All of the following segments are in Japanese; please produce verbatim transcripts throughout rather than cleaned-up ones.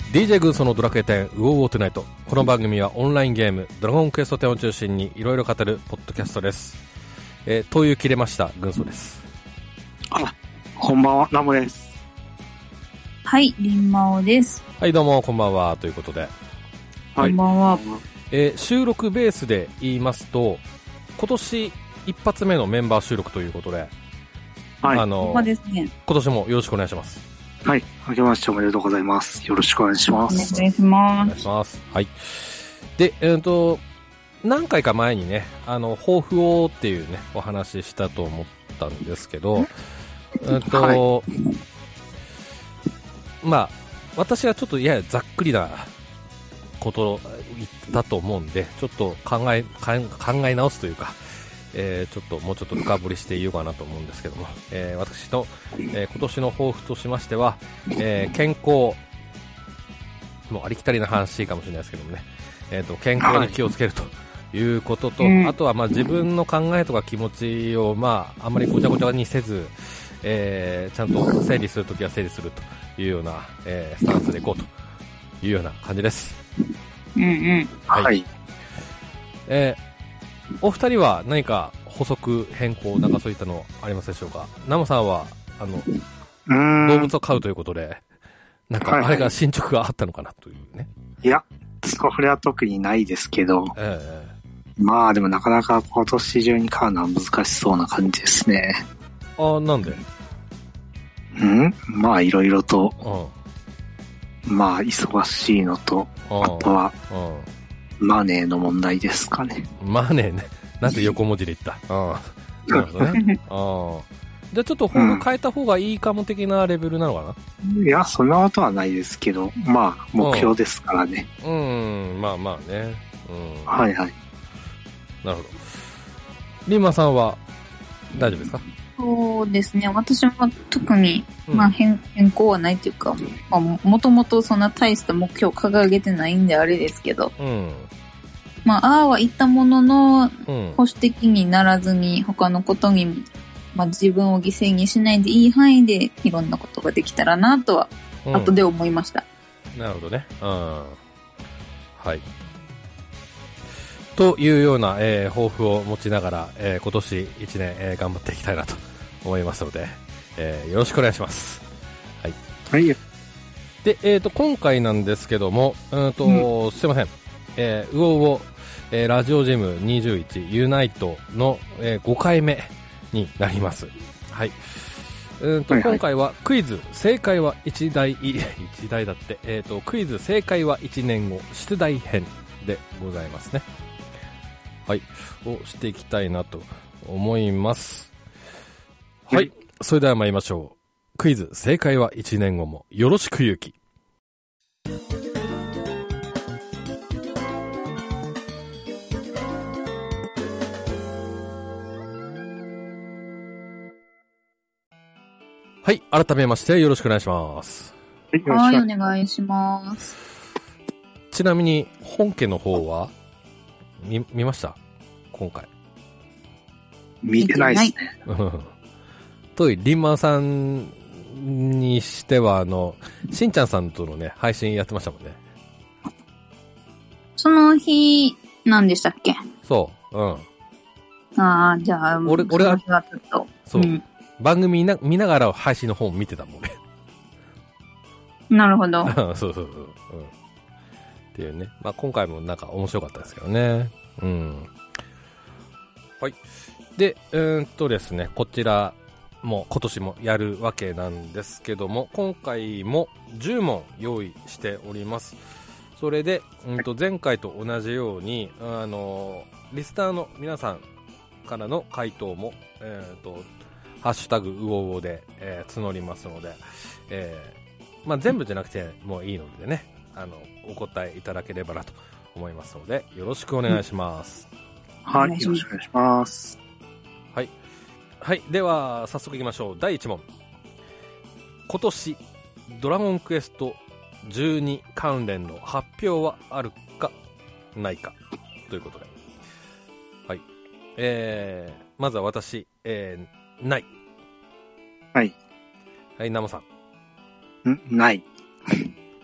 ディージェー 軍曹のドラクエテンウォーウォートゥナイト。この番組はオンラインゲームドラゴンクエストテンを中心にいろいろ語るポッドキャストです。えー、という切れました軍曹です。 あ、こんばんは、ラムです。 はい、リンマオです。 はい、どうもこんばんはということで、 こんばんは。 えー、収録ベースで言いますと、今年一発目のメンバー収録ということで、 はい、 あのーですね、 今年もよろしくお願いします。 はい、明けましておめでとうございます。よろしくお願いします。 お願いします。 お願いします。はい。で、えっと、何回か前にね、あの、抱負をっていうね、お話ししたと思ったんですけど、えっと、はい、まあ、私がちょっとややざっくりなことを言ったと思うんで、ちょっと考え、考え直すというか、えー、ちょっともうちょっと深掘りしていようかなと思うんですけども、えー、私の、えー、今年の抱負としましては、えー、健康、もうありきたりな話かもしれないですけどもね、えーと、健康に気をつけるということと、はい、あとはまあ自分の考えとか気持ちを、まあ、あまりごちゃごちゃにせず、えー、ちゃんと整理するときは整理するというような、えー、スタンスでいこうというような感じです。 うんうん。 はい。 はい、 えーお二人は何か補足変更なんかそういったのありますでしょうか。ナムさんはあのうーん動物を飼うということで、なんかあれが進捗があったのかなというね。 いや、それは特にないですけど、 えー、まあでもなかなか今年中に飼うのは難しそうな感じですね。 ああ、なんで？ うんまあいろいろと、うん、まあ忙しいのと、あとは、うんマネーの問題ですかね。 マネーね。なんて横文字で言った。ああ。なるほどね。ああ。じゃあちょっと抱負変えた方がいいかも的なレベルなのかな、 うん、いや、そんなことはないですけど、まあ、目標ですからね。 うん、うんまあまあね。うん。 はいはい。 なるほど。リンマさんは大丈夫ですか？ そうですね。私も特に、まあ変、変更はないというか、まあ、もともとそんな大した目標を掲げてないんであれですけど、 うん、 まあ、ああは言ったものの、 うん、 保守的にならずに、他のことに、まあ自分を犠牲にしないでいい範囲で、いろんなことができたらなとは、うん、後で思いました。 なるほどね。うん。はい。というような、えー、抱負を持ちながら、えー、今年いちねん、えー、頑張っていきたいなと思いますので、えー、よろしくお願いします。はい。 はい。 で、えっと、今回なんですけども、うんと、うん、すいません。えー、うおうお、えー、ラジオジムにじゅういちユナイトの、えー、ごかいめになります。はい。うんと、はいはい、今回はクイズ、正解はいちだい、いちだいだって、えっと、クイズ、正解はいちねんご、出題編でございますね。はい。をしていきたいなと思います。はい。はい、それでは参りましょう。クイズ、正解はいちねんごもよろしくゆき。はい。改めましてよろしくお願いします。 はい、お願いします。 ちなみに、本家の方は見、見ました今回。 見てないですね。 という、リンマンさんにしては、あの、しんちゃんさんとのね、配信やってましたもんね。 その日、何でしたっけ？ そう、うん。 ああ、じゃあ、 俺、俺は、 ちょっとそう、うん、番組な見ながら配信の方を見てたもんね。 なるほど。 そうそうそう。うん。っていうね。まあ今回もなんか面白かったですけどね。うん。はい。で、うーんとですね、こちらも今年もやるわけなんですけども、今回もじゅうもん用意しております。それで、うんと前回と同じように、あの、リスターの皆さんからの回答も、えーと、ハッシュタグうおうおで、えー、募りますので、えー、まあ全部じゃなくてもういいのでね、あの、お答えいただければなと思いますので、よろしくお願いします。 うん、はい、よろしくお願いします。 はい。はい。では、早速いきましょう。だいいち問。今年、ドラゴンクエストじゅうに関連の発表はあるか、ないか、ということで。はい。えー、まずは私、えー、ない。 はい。 はい、ナモさん。んない。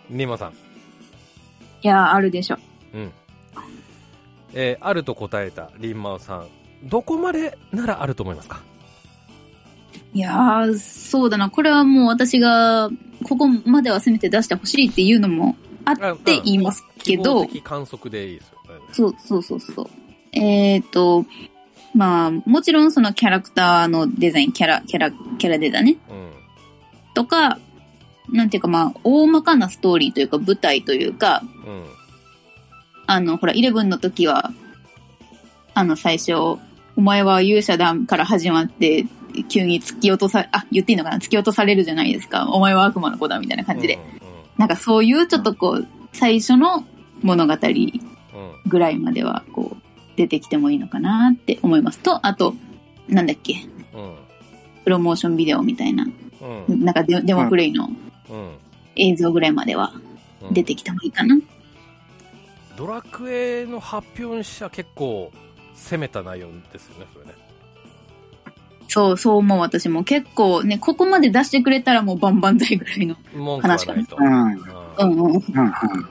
リンマさん。 いや、あるでしょ。 うん。えー、あると答えたリンマオさん。どこまでならあると思いますか？ いやー、そうだな。これはもう私が、ここまではせめて出してほしいっていうのもあって言いますけど。 希望的観測でいいですよね。 そうそうそうそう。えーと、まあ、もちろんそのキャラクターのデザイン、キャラ、キャラ、キャラデザね。 うん。 とか、なんていうかまあ、大まかなストーリーというか舞台というか、 うん。 あの、ほら、イレブンの時は、あの、最初、お前は勇者だから始まって、急に突き落とさ、あ、言っていいのかな、突き落とされるじゃないですか。お前は悪魔の子だみたいな感じで。うんうん、なんかそういうちょっとこう、最初の物語ぐらいまでは、こう、出てきてもいいのかなって思います。と、あと、なんだっけ、うん、プロモーションビデオみたいな、うん、なんかデ、デモプレイの映像ぐらいまでは出てきてもいいかな。うんうん、 ドラクエの発表にしては結構攻めた内容ですよね、それね。 そう、そう思う私も。結構ね、ここまで出してくれたらもうバンバン剤ぐらいの話かな。 文句はないと。うん。うんうん。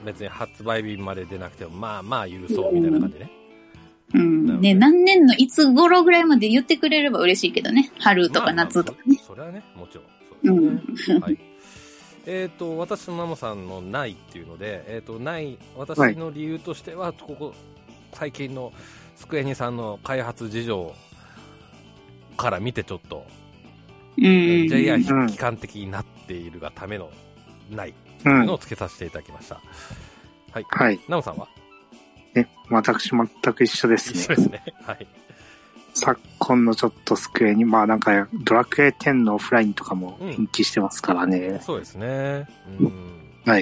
別に発売日まで出なくても、まあまあ許そうみたいな感じね。 うん。うん、ね、何年のいつ頃ぐらいまで言ってくれれば嬉しいけどね。春とか夏とかね。 まあまあ、そ, それはね、もちろん。そうですね。うん、はい。えっ、ー、と、私のナモさんのないっていうので、えっ、ー、と、ない、私の理由としては、はい、ここ、最近のスクエニさんの開発事情から見てちょっと、うん、ジェイアイ 悲観的になっているがためのないというのをつけさせていただきました。はい。はい。ナモさんは？ え、私全く一緒ですね。 一緒ですね。はい。 昨今のちょっとスクエニ、まあなんかドラクエテンのオフラインとかも延期してますからね。 うん、そうですね。うん。 はい。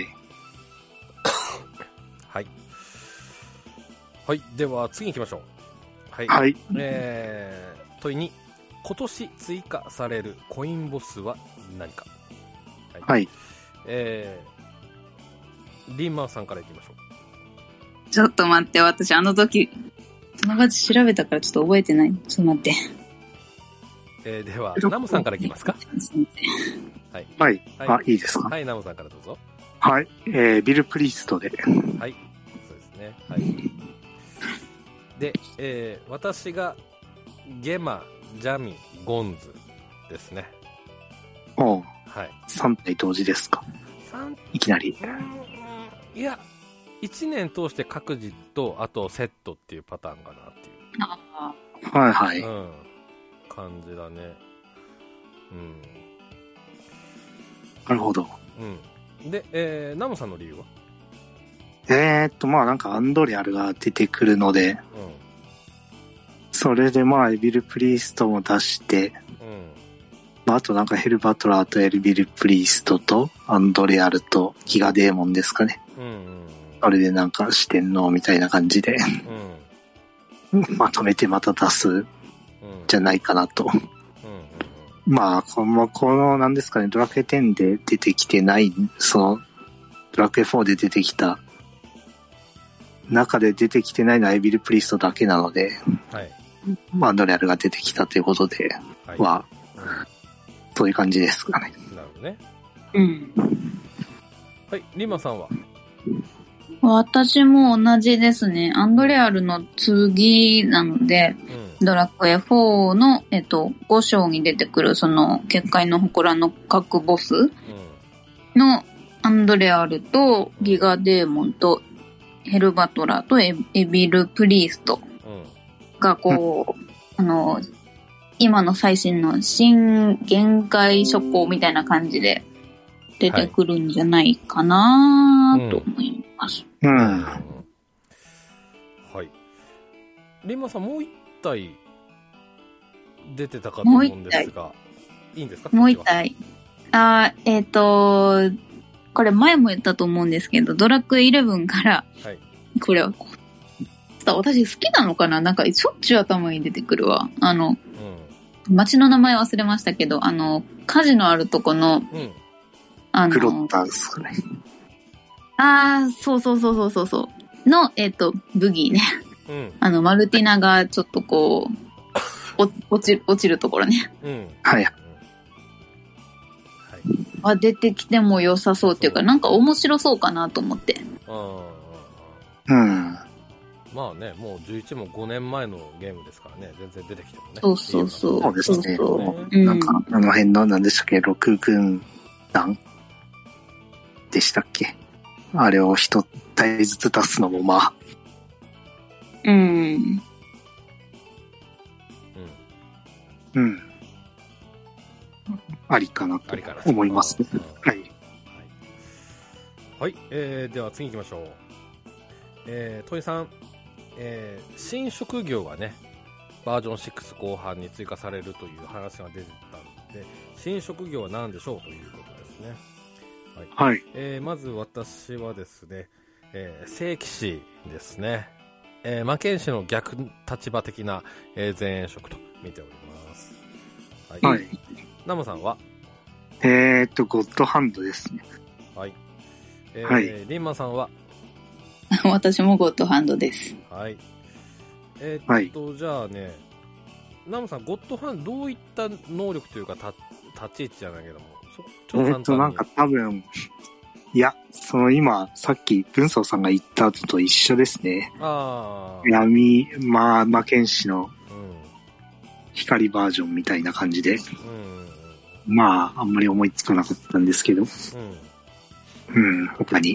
はい。はい。では次行きましょう。はい。 はい。 えー、問いに、今年追加されるコインボスは何か。はい。はい、えー、リンマーさんから行きましょう。 ちょっと待って、私あの時、その場で調べたからちょっと覚えてない。ちょっと待って。 えー、では、ナムさんから行きますか。 はい。はい。あ、いいですか。 はい、ナムさんからどうぞ。 はい。えー、ビルプリーストで。 はい。そうですね。はい。で、えー、私が、ゲマ、ジャミ、ゴンズですね。 おう。 はい。 さん体同時ですか。いきなり。 いや、一年通して各自と、あとセットっていうパターンかなっていう。 ああ。はいはい。 うん。感じだね。うん。 なるほど。 うん。で、えー、ナムさんの理由は？ えーっと、まあなんかアンドレアルが出てくるので、うん、それでまあエビルプリーストも出して、うん、まああとなんかヘルバトラーとエルビルプリーストとアンドレアルとギガデーモンですかね。うんうん、あれでなんか四天王みたいな感じで、うん、まとめてまた出すじゃないかなと。うんうんうん、まあこの、このなんですかね、ドラクエテンで出てきてない、その、ドラクエフォーで出てきた中で出てきてないのはエビルプリーストだけなので、はい、まあアンドレアルが出てきたということでは、はいうん、そういう感じですかね。 なるほどね。 うん。 はい、リマさんは？ 私も同じですね。アンドレアルの次なので、うん、ドラクエフォーの、えっと、ご章に出てくるその結界の祠の各ボスのアンドレアルとギガデーモンとヘルバトラーとエビルプリーストがこう、うん、あの、今の最新の新限界諸行みたいな感じで出てくるんじゃないかなと思います。 うん。うん、 はい。リンマさんもう一体出てたかと思うんですが、いいんですか？ もう一体。あー、えっと、これ前も言ったと思うんですけど、ドラクエイレブンから、はい、これは、私好きなのかななんかしょっちゅう頭に出てくるわ。あの、うん、街の名前忘れましたけど、あの、火事のあるとこの、うん、 あの、クロッターですかね。 あー、そうそうそうそうそう。の、えっと、ブギーね。うん、あの、マルティナがちょっとこう、落ちる、落ちるところね。 うん。 はい。はい。 は出てきても良さそうっていうか、なんか面白そうかなと思って。 うん。 まあね、もうじゅういちもごねんまえのゲームですからね、全然出てきてもね。 そうそうそう。 そうですね。 そうそう、なんか、あの辺の、なんでしたっけ、六軍団でしたっけ。あれを一体ずつ出すのもまあ。 うん。 うん。うん。ありかなと思いますね。はい。はい、 はい、えー、では次行きましょう。えー、トイさん、えー、新職業がね、バージョンシックス後半に追加されるという話が出てたので、新職業は何でしょうということですね。はい。はい、えー、まず私はですね、えー、聖騎士ですね。えー、魔剣士の逆立場的な、えー、前衛職と見ております。はい。はい、ナモさんはえーっと、ゴッドハンドですね。 はい。えー、はい、リンマさんは私もゴッドハンドです。 はい。えー、っと、はい、じゃあね、ナムさん、ゴッドハンド、どういった能力というか、た立ち位置じゃないけども、そちょっと簡単に。 えー、っと、なんか多分、いや、その今、さっき、文宗さんが言った後と一緒ですね。 ああ。 闇、まあ、魔剣士の、光バージョンみたいな感じで。うん、まあ、あんまり思いつかなかったんですけど。うん。うん、他に。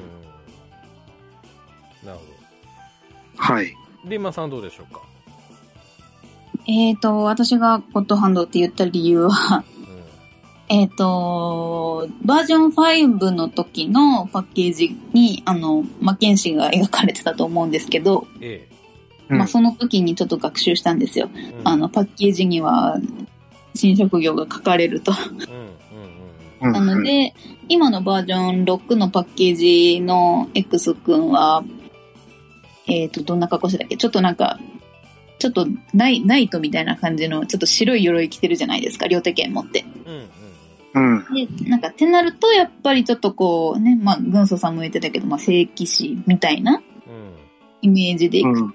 うん、なるほど。 はい。 リンマさんどうでしょうか。 えっと、私がゴッドハンドって言った理由は、うん、えっと、バージョンファイブの時のパッケージに、あの、魔剣士が描かれてたと思うんですけど、ええ、まあ、その時にちょっと学習したんですよ。うん、あの、パッケージには、新職業が書かれると。うん、なので、今のバージョンろくのパッケージの X 君は、えっと、どんな格好してたっけ？ちょっとなんか、ちょっとナイ、ナイトみたいな感じの、ちょっと白い鎧着てるじゃないですか、両手剣持って。うんうん。で、なんか、ってなると、やっぱりちょっとこう、ね、まあ、軍曹さんも言ってたけど、まあ、聖騎士みたいなイメージでいくと、うん、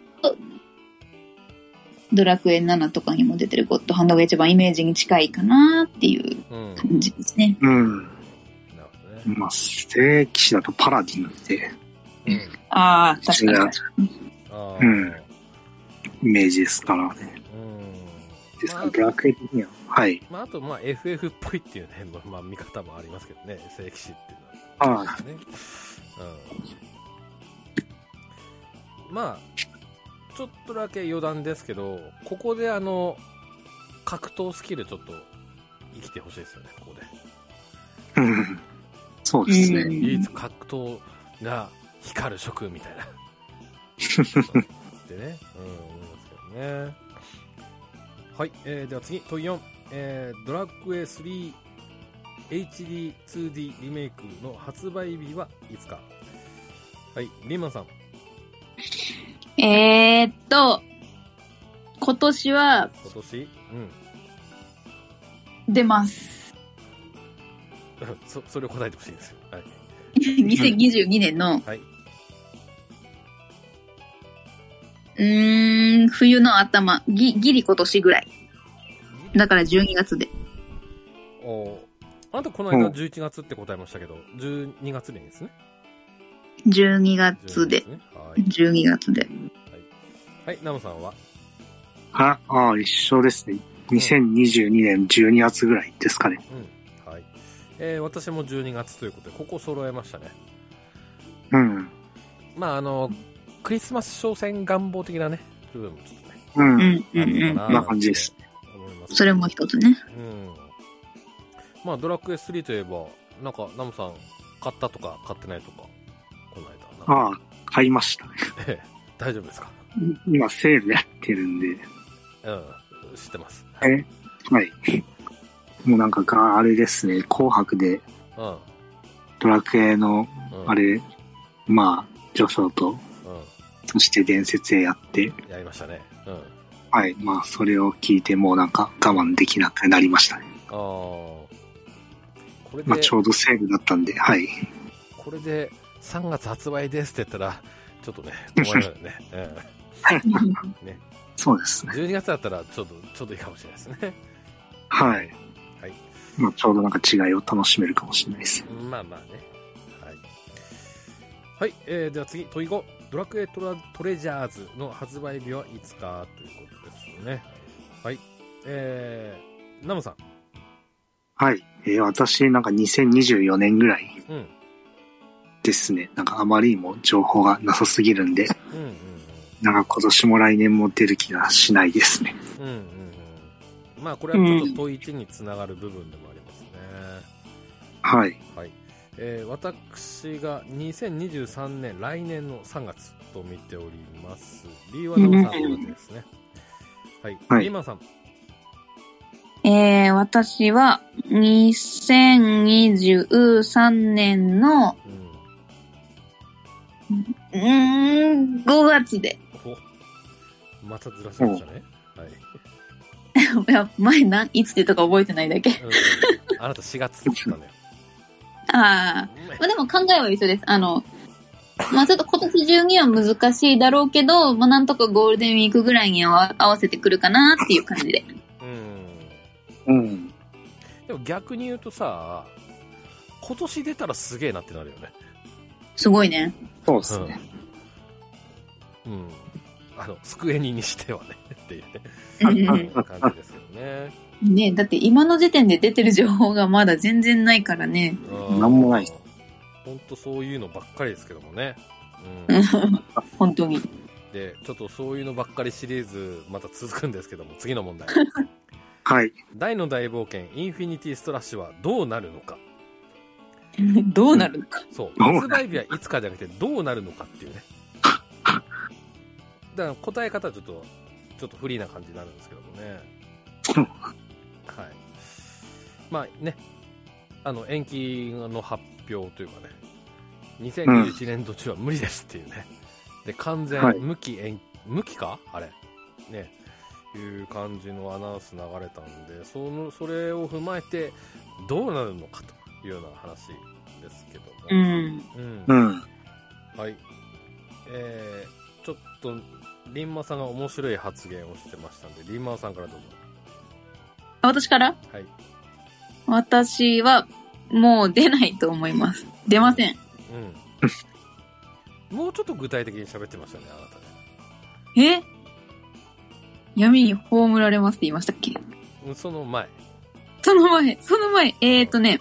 ドラクエななとかにも出てるゴッドハンドが一番イメージに近いかなっていう感じですね。うん。うん、 なるほどね。まあ、聖騎士だとパラディンって。 うん、ああ、確かに。 うん。イメージですからね。うん。ですか、まあ、ドラクエ的には。はい。 まあ、あと、まあ、エフエフ っぽいっていうね、まあ、見方もありますけどね、聖騎士っていうのは。ああ。ね。うん。まあ、ちょっとだけ余談ですけど、ここであの、格闘スキルちょっと生きてほしいですよね、ここで。 うん。そうですね。 唯一格闘が光る職みたいな。でね、うん、思いますけどね。はい、えー、では次、問よん。えー、ドラクエスリー エイチディーツーディー リメイクの発売日はいつか。はい、リンマンさん。 えーっと、今年は、 今年うん。出ます。 そ、それを答えてほしいんですよ。はい。 にせんにじゅうにねんの、はい。うーん、冬の頭、ぎ、ギリ今年ぐらい。だからじゅうにがつで。 おあなたこの間じゅういちがつって答えましたけど、じゅうにがつでいいんですね。 じゅうにがつで。じゅうにがつで。はい。 はい、ナムさんはあ、ああ、一緒ですね。にせんにじゅうにねんじゅうにがつぐらいですかね。 うん。はい。えー、私もじゅうにがつということで、ここ揃えましたね。 うん。 まあ、あの、クリスマス商戦願望的なね、部分もちょっとね。 うん。うん。うん。こんな感じです。 それも一つね。 うん。まあ、ドラクエスリーといえば、なんか、ナムさん、買ったとか買ってないとか、この間。 ああ、買いましたね。 ええ、大丈夫ですか？ 今、セールやってるんで。 うん、知ってます。 え、はい。もうなんかが、あれですね、紅白で、うん、ドラクエの、あれ、うん、まあ、序章と、うん、そして伝説へやって。 やりましたね。うん。 はい。まあ、それを聞いて、もうなんか我慢できなくなりましたね。ああ。これで。まあ、ちょうどセールだったんで、はい。 これで、さんがつ発売ですって言ったら、ちょっとね、思いますよね。 うん、ね。そうですね。 じゅうにがつだったら、ちょっと、ちょっといいかもしれないですね。 はい。 はい。 まあ、ちょうどなんか違いを楽しめるかもしれないです。 まあまあね。はい。はい、えー、では次、問いご。ドラクエトラトレジャーズの発売日はいつかということですね。はい。えー、ナムさん。 はい。えー、私、なんかにせんにじゅうよねんぐらいですね。うん、なんかあまりにも情報がなさすぎるんで、うんうんうん、なんか今年も来年も出る気がしないですね。 うんうんうん。まあこれはちょっと問いいちにつながる部分でもありますね。 うん、はい。はい。 えー、私がにせんにじゅうさんねん、来年のさんがつと見ております。理由はナムさんと同じですね。はい。はい、リーマンさん。 えー、私はにせんにじゅうさんねんの、うん、うーん、ごがつで。 お、またずらしましたね。はい。 いや、前何、いつって言ったか覚えてないだけ。うんうん、 あなたしがつって言ったのよ。 ああ、まあでも考えは一緒です。あの、まあちょっと今年中には難しいだろうけど、まあなんとかゴールデンウィークぐらいには合わせてくるかなっていう感じで。 うん。うん。でも逆に言うとさ、今年出たらすげえなってなるよね。 すごいね。 そうですね。 うん。うん、あの、スクエニにしてはね、っていうね。感じですよね。 ね、だって今の時点で出てる情報がまだ全然ないからね。 なんもない。 ほんとそういうのばっかりですけどもね。 うん。本当に。 で、ちょっとそういうのばっかりシリーズまた続くんですけども、次の問題。 はい。 大の大冒険インフィニティストラッシュはどうなるのか。 どうなるのか。 そう。発売日はいつかじゃなくてどうなるのかっていうね。だから答え方はちょっと、ちょっとフリーな感じになるんですけどもね。はい。まあね、あの、延期の発表というかね、にせんにじゅういちねん度中は無理ですっていうね。で、完全無期延、無期かあれ。ね。いう感じのアナウンス流れたんで、その、それを踏まえて、どうなるのかというような話ですけども。 うん。 うん。うん。はい。えー、ちょっと、リンマさんが面白い発言をしてましたんで、リンマさんからどうぞ。 私から？はい。私は、もう出ないと思います。出ません。 うん。もうちょっと具体的に喋ってましたね、あなたね。え？闇に葬られますって言いましたっけ？ その前。 その前、その前、えーとね、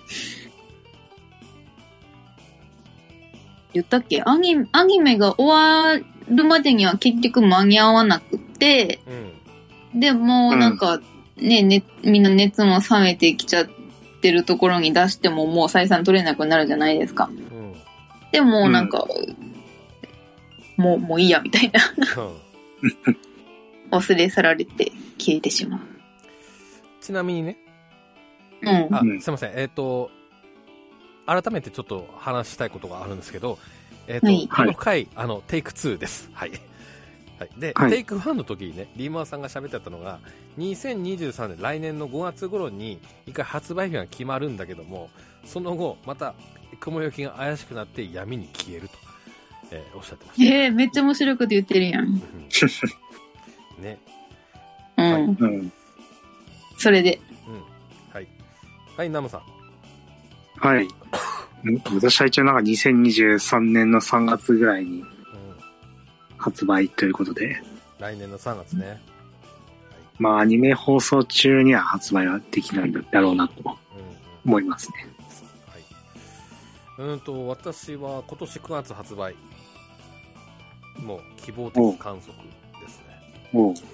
言ったっけ？アニメ、アニメが終わるまでには結局間に合わなくて、うん、で、もうなんか、ね、ね、みんな熱も冷めてきちゃってるところに出してももう採算取れなくなるじゃないですか。うん、でもなんか、うん、もう、もういいやみたいな。忘れ去られて消えてしまう。 ちなみにね。 うん。 あ、すいません。えっ、ー、と、改めてちょっと話したいことがあるんですけど、えっ、ー、と、はい、この回、あの、テイクツーです。はい。はい。で、はい、テイクワンの時にね、リーマンさんが喋ってたのが、にせんにじゅうさんねん、来年のごがつ頃に、一回発売日が決まるんだけども、その後、また、雲行きが怪しくなって闇に消えると、えー、おっしゃってました。 えー、めっちゃ面白いこと言ってるやん。 ね。 うん。はい、それで。 うん。はい。はい、ナムさん。 はい。私は一応なんかにせんにじゅうさんねんのさんがつぐらいに発売ということで。うん、 来年のさんがつね。はい、 まあアニメ放送中には発売はできないだろうなと思いますね。 うん、うんはい、うんと、私は今年くがつ発売。もう希望的観測ですね。 おう、うん、 いう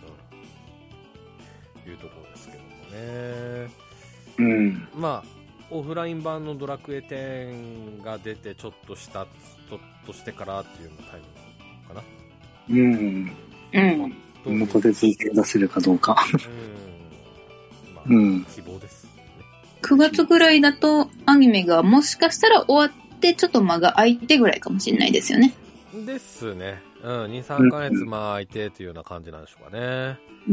ところですけどもね。 うん。 まあオフライン版のドラクエテンが出てちょっとしたちょっとしてからっていうようなタイミングかな。うん。うん。元で続け出せるかどうか。 うん。まあ、うん、希望です、ね。 くがつぐらいだとアニメがもしかしたら終わってちょっと間が空いてぐらいかもしれないですよね。 ですね。うん。に、さんかげつ間空いてというような感じなんでしょうかね。 うん。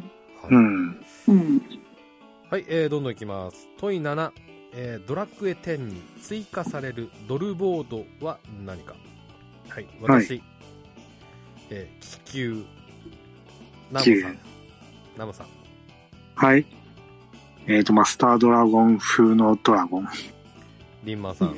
はい。うん。 うん。 はい、えー、どんどんいきます。問いなな。えー、ドラクエテンに追加されるドルボードは何か。はい、私、はい、えー、気球、ナムさん、ナムさん。 はい。 えっと、マスタードラゴン風のドラゴン。 リンマさん。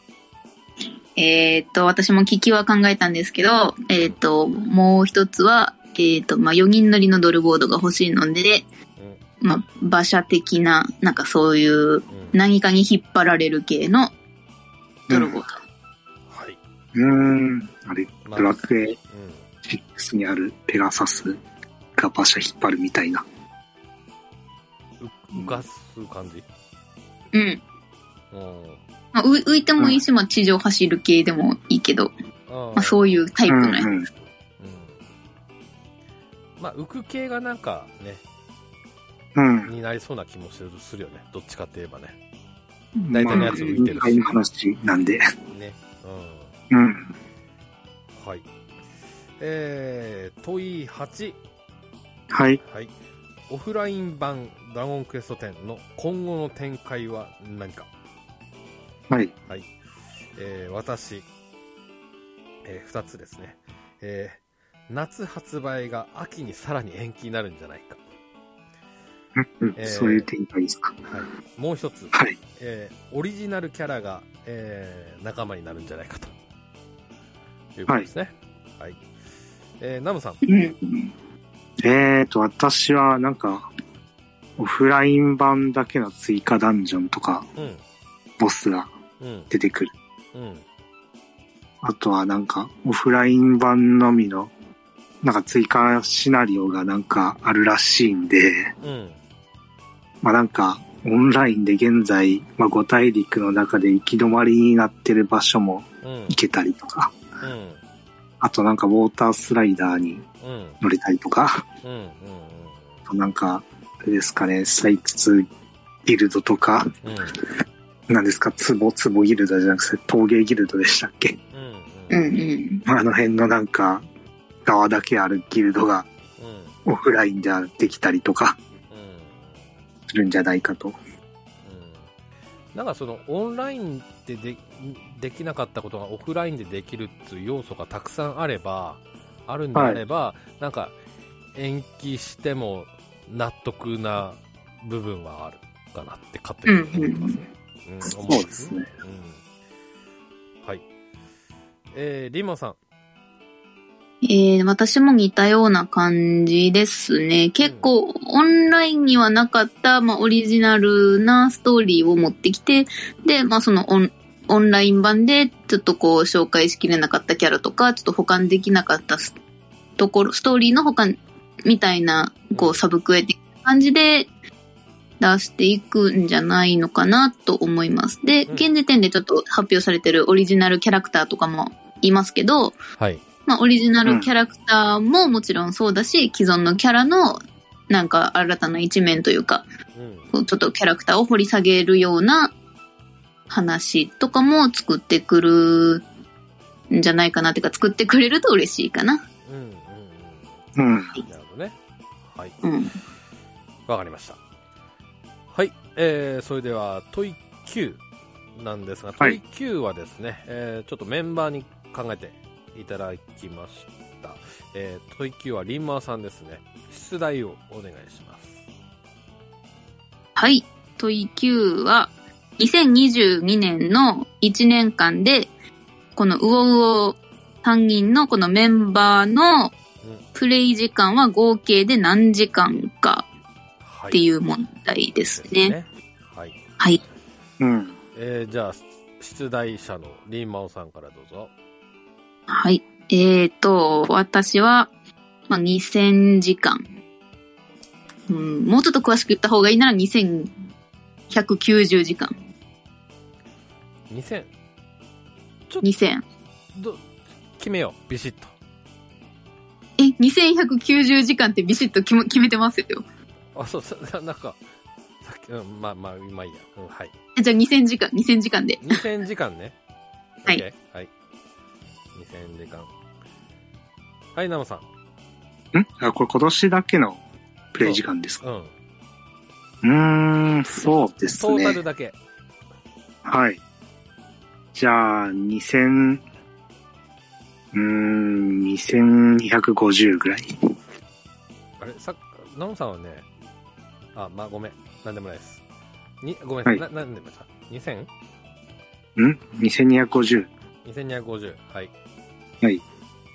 えっと、私も聞きは考えたんですけど、えっと、もう一つは、えっと、まあ、よにん乗りのドルボードが欲しいので、うん、まあ、馬車的な、なんかそういう、何かに引っ張られる系のドルボード。うん、 はい。うーん。あれ、ドラクエろくにあるペガサスが馬車引っ張るみたいな。 浮かす感じ？ うん。まあ、浮いてもいいし、うん、まあ、地上走る系でもいいけど、あまあ、そういうタイプのやつ。うんうんうん、 まあ、浮く系がなんかね、 うん、 になりそうな気もするよね。どっちかって言えばね。大体のやつ浮いてるし。 まあ、話なんで。 ね。 うん。うん。 はい。えー、問いはち。 はい。 はい。オフライン版ドラゴンクエストテンの今後の展開は何か。 はい。 はい。えー、私、えー、ふたつですね。えー、夏発売が秋にさらに延期になるんじゃないか。 うん、えー、そういう展開ですか。 はい。もう一つ。 はい。 えー、オリジナルキャラが、えー、仲間になるんじゃないかと。いうことですね。はい。はい、えー、ナムさん。 うん、えーと、私はなんか、オフライン版だけの追加ダンジョンとか、うん、ボスが出てくる、うんうん。あとはなんか、オフライン版のみの、なんか追加シナリオがなんかあるらしいんで、うん、まあなんか、オンラインで現在、まあご大陸の中で行き止まりになってる場所も行けたりとか、うんうん、あとなんかウォータースライダーに乗れたりとか、うんうんうんうん、あとなんか、あれですかね、採掘ギルドとか、うん、なんですか、ツボ、ツボギルドじゃなくて陶芸ギルドでしたっけ、うんうん、あの辺のなんか、側だけあるギルドがオフラインでできたりとかするんじゃないかと、うん、 なんかそのオンラインで で, できなかったことがオフラインでできるっていう要素がたくさんあればあるんであれば、はい、なんか延期しても納得な部分はあるかなって勝手に思ってますね、 うんうんうん、そうですね、 うん、はい、えー、リマさん。 えー、私も似たような感じですね。結構、オンラインにはなかった、まあ、オリジナルなストーリーを持ってきて、で、まあ、そのオン、オンライン版で、ちょっとこう、紹介しきれなかったキャラとか、ちょっと保管できなかったところ、ストーリーの保管みたいな、こう、サブクエ的な感じで出していくんじゃないのかなと思います。で、現時点でちょっと発表されてるオリジナルキャラクターとかもいますけど、 はい。 まあ、オリジナルキャラクターももちろんそうだし、既存のキャラのなんか新たな一面というか、うん、ちょっとキャラクターを掘り下げるような話とかも作ってくるんじゃないかなっていうか、作ってくれると嬉しいかな。 うんうんうん。うん。なるほどね。はい。うん。わかりました。はい。えー、それでは問いきゅうなんですが、問いきゅうはですね、はい、えー、ちょっとメンバーに考えていただきました。えー、問いきゅうはリンマーさんですね。出題をお願いします。 はい。問いきゅうは、にせんにじゅうにねんのいちねんかんで、このウオウオさんにんのこのメンバーのプレイ時間は合計で何時間かっていう問題ですね。はい。ですね。はい。はい。 うん。 えー、じゃあ、出題者のリンマオさんからどうぞ。 はい。えーと、私は、まあ、にせんじかん。うん、もうちょっと詳しく言った方がいいならにせんひゃくきゅうじゅうじかん。 にせん? ちょにせん。 ど、決めよう、ビシッと。 え、にせんひゃくきゅうじゅうじかんってビシッと決め、決めてますよ。 あ、そう、なんか、さっき、うん、まあまあ、まあいいや。うん、はい。 じゃあにせんじかん、にせんじかんで。 にせんじかんね。 はい。 OK? はい。にせんじかん。はい、ナモさんんあ、これ今年だけのプレイ時間ですか？うん。うーん、そうですね。 トータルだけ。 はい。じゃあ、にせん、うーん、にせんにひゃくごじゅうぐらい。 あれ、さ、ナモさんはね、 あ、まあ、ごめん。なんでもないです。に、ごめんなさい。 はい、 な、なんでもさ、にせん? ん ?にせんにひゃくごじゅう。 にせんにひゃくごじゅう。はい。 はい。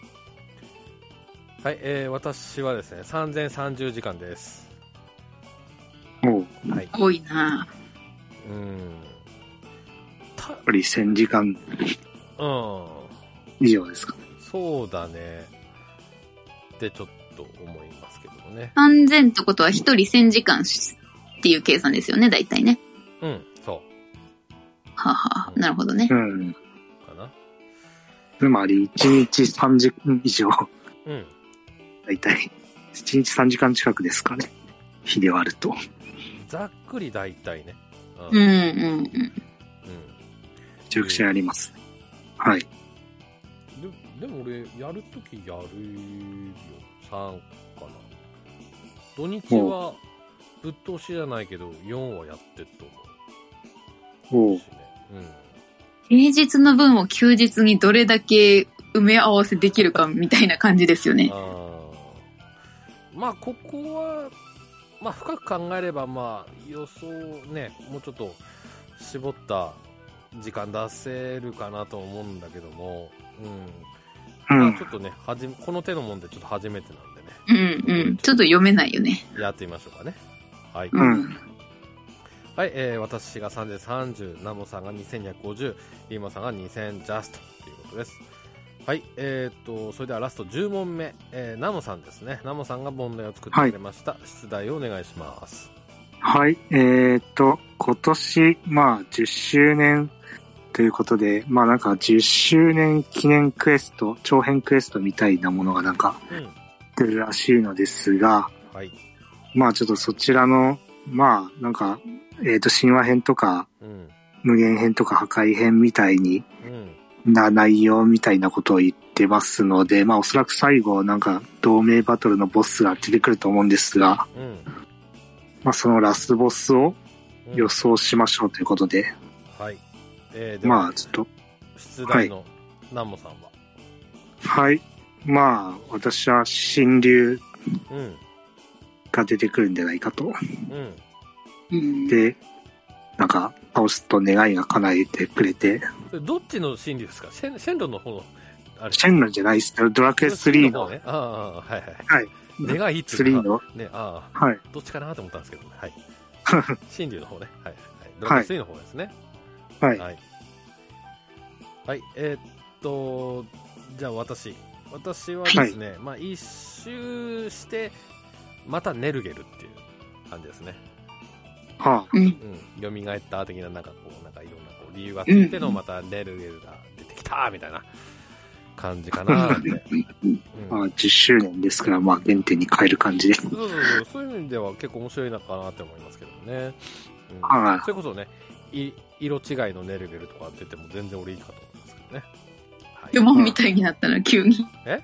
はい、えー、私はですね、さんぜんさんじゅうじかんです。 おう。 はい。 多いなぁ。うーん。 たやっぱりせんじかんうん。 以上ですかね。 そうだね。ってちょっと思いますけどもね。 さんぜんってことはひとりせんじかんっていう計算ですよね、大体ね。 うん、そう。 はは、 うん、 なるほどね。 うん。 かな。 つまりいちにちさんじかん以上。 うん。 大体、いちにちさんじかん近くですかね。日で割ると。 ざっくり大体ね。 うん、うん、うん。 うん。 めちゃくちゃやりますね。はい。 で、でも俺、やるときやるよ。さんかな。土日は、ぶっ通しじゃないけど、よんはやってると思う。 おう。 ね、うん。 平日の分を休日にどれだけ埋め合わせできるかみたいな感じですよね。 あまあ、ここは、まあ、深く考えれば、まあ、予想ね、もうちょっと絞った時間出せるかなと思うんだけども、うん。まあ、ちょっとね、はじこの手のもんでちょっと初めてなんでね。 うんうん。ちょっと読めないよね。 やってみましょうかね。はい。 うん。 はい、えー、私がさんぜんさんじゅう、ナモさんがにせんにひゃくごじゅう、リーマさんがにせんジャストということです。はい、えーと、それではラストじゅうもんめ、えー、ナモさんですね。ナモさんが問題を作ってくれました。はい、出題をお願いします。 はい、えーと、今年、まあ、じゅっしゅうねんということで、まあなんかじゅっしゅうねん記念クエスト、長編クエストみたいなものがなんか出るらしいのですが、 うん、はい。 まあちょっとそちらの、まあなんか、えーと、神話編とか、うん、無限編とか破壊編みたいに、うんな内容みたいなことを言ってますので、まあおそらく最後なんか同盟バトルのボスが出てくると思うんですが、うん、まあそのラスボスを予想しましょうということで、 うん、はい。えー、ではまあちょっと出題のナモさんは、 はい、はい、まあ私は神竜が出てくるんじゃないかと、うん、でなんか倒すと願いが叶えてくれて。 どっちの心理ですか？シェン、シェンロンの方のあれ。 シェンロンじゃないですよ。ドラクエスリーの。 のね、ああ、はいはい。 はい。 願いっつうスリーの。ね、 ああ。 はい。 どっちかなと思ったんですけど、はい。神竜の方ね。はい。はい。ドラクエスリーの方ですね。 はい。 はい。はい。えー、っと、じゃあ私。私はですね、はい、まあ一周して、またネルゲルっていう感じですね。 はあ、 うん、蘇った的な、なんかこう、なんかいろんなこう理由がついての、またネルゲルが出てきたみたいな感じかなって。 うん、まあ、じゅっしゅうねんですから、まあ、原点に変える感じで。 そうそうそう、そういう意味では結構面白いのかなって思いますけどね。うん、 はあ、 それこそね、い色違いのネルゲルとか出ても全然俺いいかと思いますけどね。 ポケモンみたいになったら急に。 え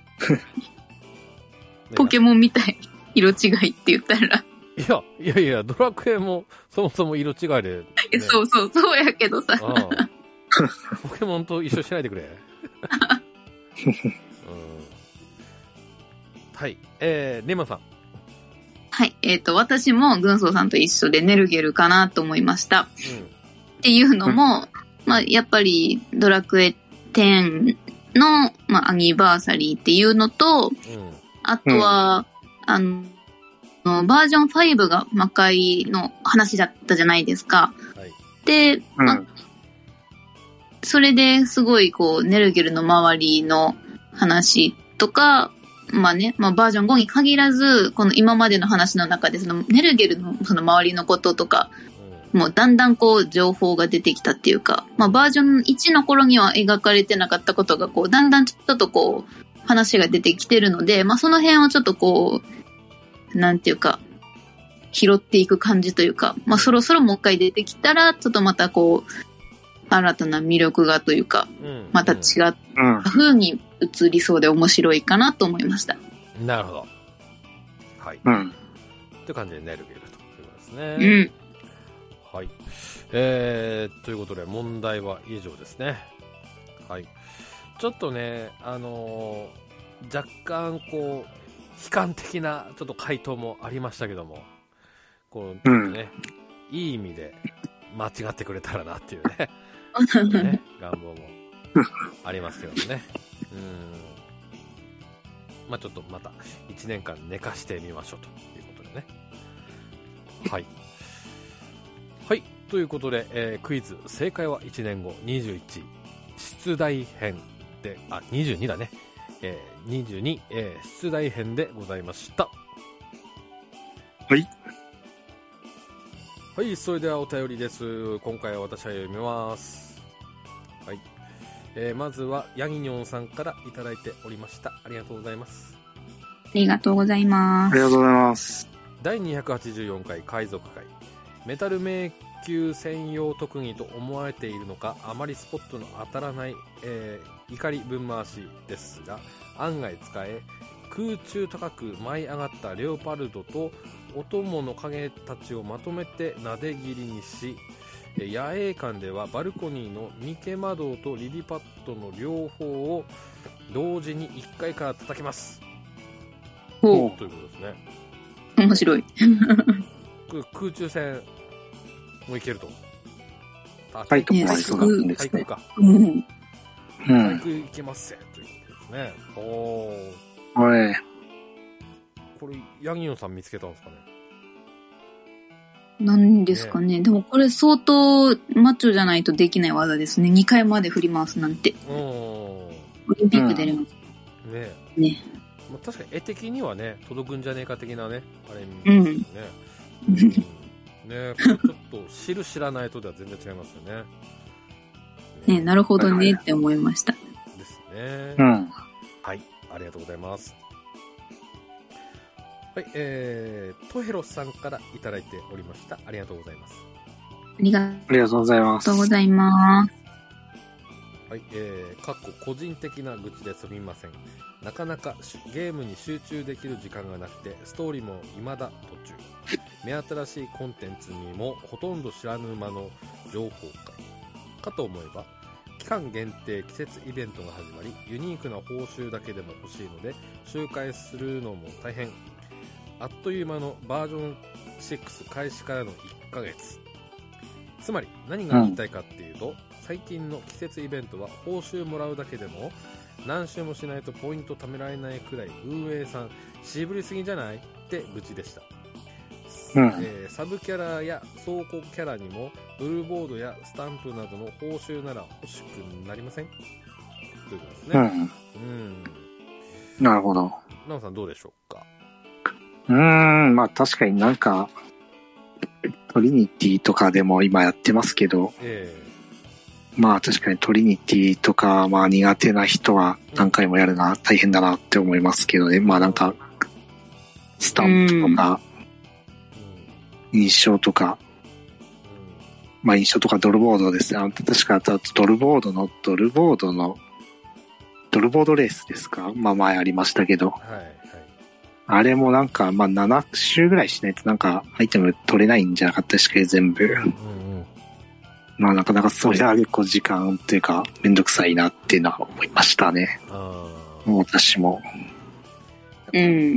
ポケモンみたい。色違いって言ったら。 いや、いやいや、ドラクエもそもそも色違いで、ね。 そうそう、そうやけどさ。 ああポケモンと一緒しないでくれ。うん、はい。えー、レマさん。 はい。えっ、ー、と、私も軍曹さんと一緒でネルゲルかなと思いました。うん、っていうのも、まあ、やっぱりドラクエじゅうの、まあ、アニバーサリーっていうのと、うん、あとは、うん、あの、バージョンファイブが魔界の話だったじゃないですか。はい、で、まあ、うん、それですごいこう、ネルゲルの周りの話とか、まあね、まあバージョンごに限らず、この今までの話の中で、そのネルゲルのその周りのこととか、うん、もうだんだんこう、情報が出てきたっていうか、まあバージョンいちの頃には描かれてなかったことが、こう、だんだんちょっとこう、話が出てきてるので、まあその辺をちょっとこう、なんていうか、拾っていく感じというか、まあそろそろもう一回出てきたら、ちょっとまたこう、新たな魅力がというか、うん、また違った風に映りそうで面白いかなと思いました。 うん、なるほど。はい。 うん。 という感じでネルゲルということですね。うん。はい。えー、ということで問題は以上ですね。はい。ちょっとね、あのー、若干こう、悲観的なちょっと回答もありましたけども、 こう、うん、ね、いい意味で間違ってくれたらなっていうね、ね願望もありますけどもね。うん。まあちょっとまたいちねんかん寝かしてみましょうということでね。はい。はい。ということで、えー、クイズ、正解はいちねんご、にじゅういち、出題編で、あ、にじゅうにだね。えー、にじゅうに、えー、出題編でございました。 はい。 はい、それではお便りです。今回は私は読みます。はい。えー、まずは、ヤギニョンさんからいただいておりました。ありがとうございます。 ありがとうございます。 ありがとうございます。 だいにひゃくはちじゅうよんかい海賊会。メタル迷宮専用特技と思われているのか、あまりスポットの当たらない、えー、怒り分回しですが、案外使え、空中高く舞い上がったレオパルドとお供の影たちをまとめてなで切りにし、野営館ではバルコニーのミケマドウとリリパッドの両方を同時にいっかいから叩きます。 ほうということですね。 面白い。 空中戦もいけると。 体育もありそうなんですね。 体育か。 うん。 体育いけますぜということですね。おー。 はい。 これヤギノさん見つけたんですかね。 なんですかね。ね、でもこれ相当マッチョじゃないとできない技ですね。にかいまで振り回すなんて。 オリンピックでやります。 うん、ねね。 まあ、確かに絵的にはね、届くんじゃねえか的なね、あれ見ますよね。うん。うん、ねこれちょっと知る知らないとでは全然違いますよね。 ね, ねなるほどねって思いました。 ですね。 うん。 はい、ありがとうございます。はい、えー、トヘロさんからいただいておりました。ありがとうございます。 ありがとうございます。 ありがとうございます。 はい、えー、かっこ個人的な愚痴ですみません。なかなかゲームに集中できる時間がなくて、ストーリーも未だ途中。目新しいコンテンツにもほとんど知らぬ間の情報会かと思えば、期間限定季節イベントが始まり、ユニークな報酬だけでも欲しいので周回するのも大変。あっという間のバージョンろく開始からのいっかげつ。つまり何が言いたいかっていうと、うん、最近の季節イベントは報酬もらうだけでも何周もしないとポイント貯められないくらい運営さん渋りすぎじゃないって愚痴でした。うんえー、サブキャラや倉庫キャラにもブルーボードやスタンプなどの報酬なら欲しくなりませんということですね。うん。うん、 なるほど。 ナオさんどうでしょうか。 うーん、まあ確かになんか、トリニティとかでも今やってますけど、えー、まあ確かにトリニティとか、まあ苦手な人は何回もやるな、大変だなって思いますけどね。まあなんか、スタンプとか、印象とか、まあ印象とかドルボードですね。あの確かドルボードの、ドルボードの、ドルボードレースですか？まあ前ありましたけど。はいはい、あれもなんか、まあなな周ぐらいしないとなんかアイテム取れないんじゃなかったですか、全部。うんうん、まあなかなかそれは結構時間というかめんどくさいなっていうのは思いましたね。あ私も。 うん。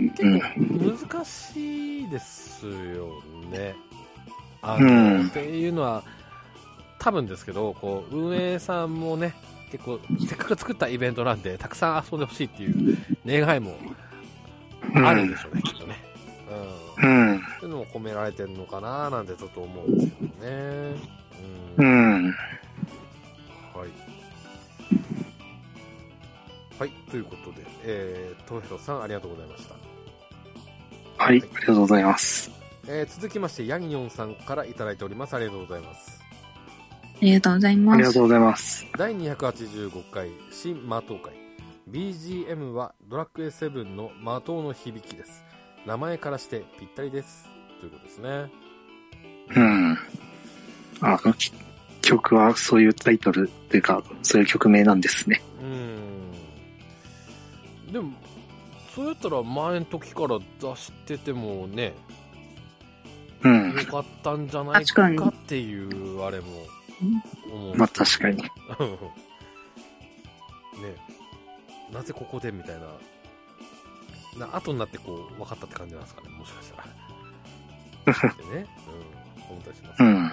難しいですよね。あの、うん、っていうのは多分ですけど、こう運営さんもね、結構せっかく作ったイベントなんでたくさん遊んでほしいっていう願いもあるんでしょうね、うん、きっとね。うん。うん。そういうのも込められてるのかななんてちょっと思うんですけどね。うん。うん、はい。はい、ということで、えー、トヘロさんありがとうございました。 はい、はい、ありがとうございます。 えー、続きまして、ヤギヨンさんからいただいております。ありがとうございます。 ありがとうございます。 ありがとうございます。 だいにひゃくはちじゅうごかい新魔刀会。ビージーエム はドラクエセブンの魔刀の響きです。名前からしてぴったりです。ということですね。 うん。あ、曲はそういうタイトルというか、そういう曲名なんですね。 うん。でも、そうやったら前の時から出しててもね、うん。よかったんじゃないかっていうあれも思う。まあ確かに。ね。 なぜここでみたいな、な後になってこう分かったって感じなんですかね、もしかしたら。 ってね、うん、思ったりします。 うん。 うん。はい。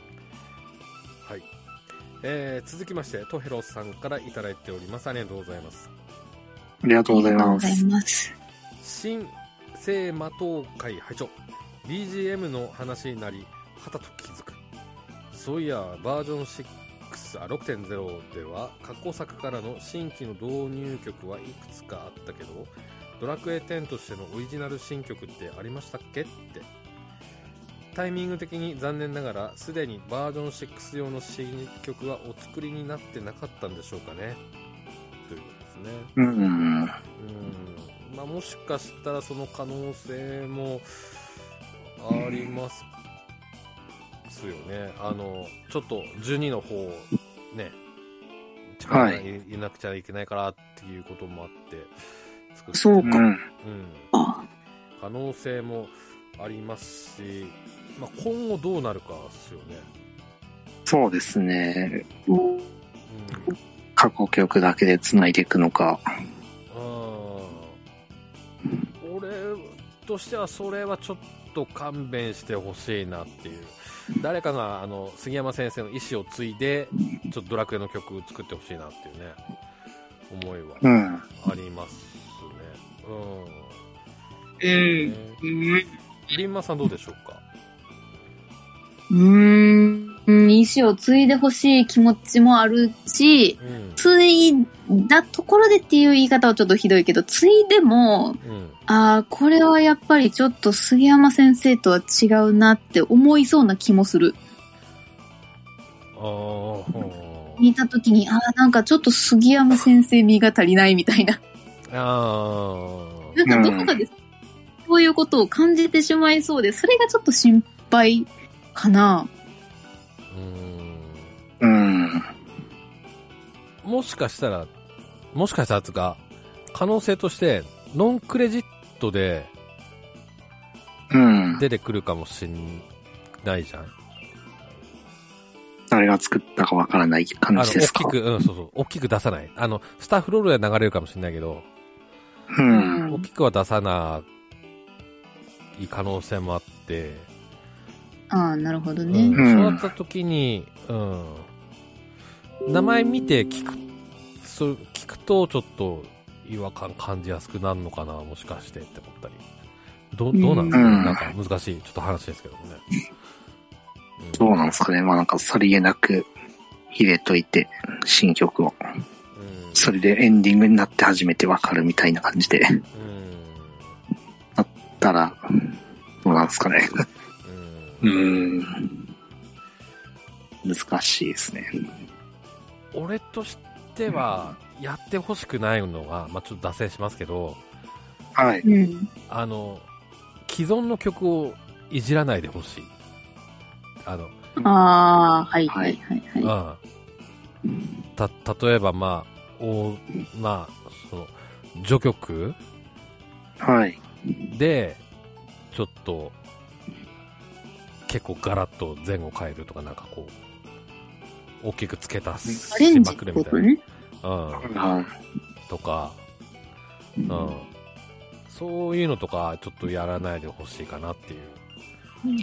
えー、続きまして、トヘロさんからいただいております。ありがとうございます。 ありがとうございます。 ありがとうございます。 新聖魔党会会長 ビージーエム の話になりはたと気づく。そういやバージョンろくあ ろくてんゼロ では過去作からの新規の導入曲はいくつかあったけど、ドラクエテンとしてのオリジナル新曲ってありましたっけって。タイミング的に残念ながらすでにバージョンろく用の新曲はお作りになってなかったんでしょうかね、ということですね。 うん。うん。 まあ、もしかしたらその可能性もありますよね。あのちょっとじゅうにの方ね、力がいなくちゃいけないからっていうこともあって作って、 そうか、 うん、 あ可能性もありますし、まあ、今後どうなるかですよね。 そうですね。 うん、 過去曲だけで繋いでいくのか。 俺としてはそれはちょっと勘弁してほしいなっていう。誰かがあの杉山先生の意思を継いでちょっとドラクエの曲を作ってほしいなっていうね、思いはありますね。うん。うん。ね、リンマさんどうでしょうか。 うーん、意思を継いでほしい気持ちもあるし、うん、継いだところでっていう言い方はちょっとひどいけど、継いでも、うん、ああ、これはやっぱりちょっと杉山先生とは違うなって思いそうな気もする。 ああ、 見たときに、ああ、なんかちょっと杉山先生味が足りないみたいな。 ああ。なんかどこかでそういうことを感じてしまいそうで、それがちょっと心配かな。 うーん。うん。もしかしたら、もしかしたらつか、可能性として、ノンクレジットで、出てくるかもしんないじゃん。 誰が作ったかわからない感じですか。 大きく、うん、そうそう、大きく出さない。あの、スタッフロールで流れるかもしれないけど、 うん。 大きくは出さない可能性もあって、 ああ、なるほどね。 うん、そうなった時に、うん、名前見て聞く、そう聞くとちょっと違和感感じやすくなるのかな、もしかしてって思ったり。どどうなんですか、うん、なんか難しいちょっと話ですけどもね。 うん、どうなんですかね。まあなんかさりげなく入れといて新曲を、うん、それでエンディングになって初めてわかるみたいな感じで、うん、だったらどうなんですかね。うーん、難しいですね。 俺としてはやってほしくないのが、まあ、ちょっと脱線しますけど、 はい、 あの既存の曲をいじらないでほしい。あのああ、はいはいはいはい。うん、た例えばまあおまあその序曲はいでちょっと結構ガラッと前後変えるとか、なんかこう大きく付け足しまくるみたいな、ね、うん、とか、うん、そういうのとかちょっとやらないでほしいかなっていう。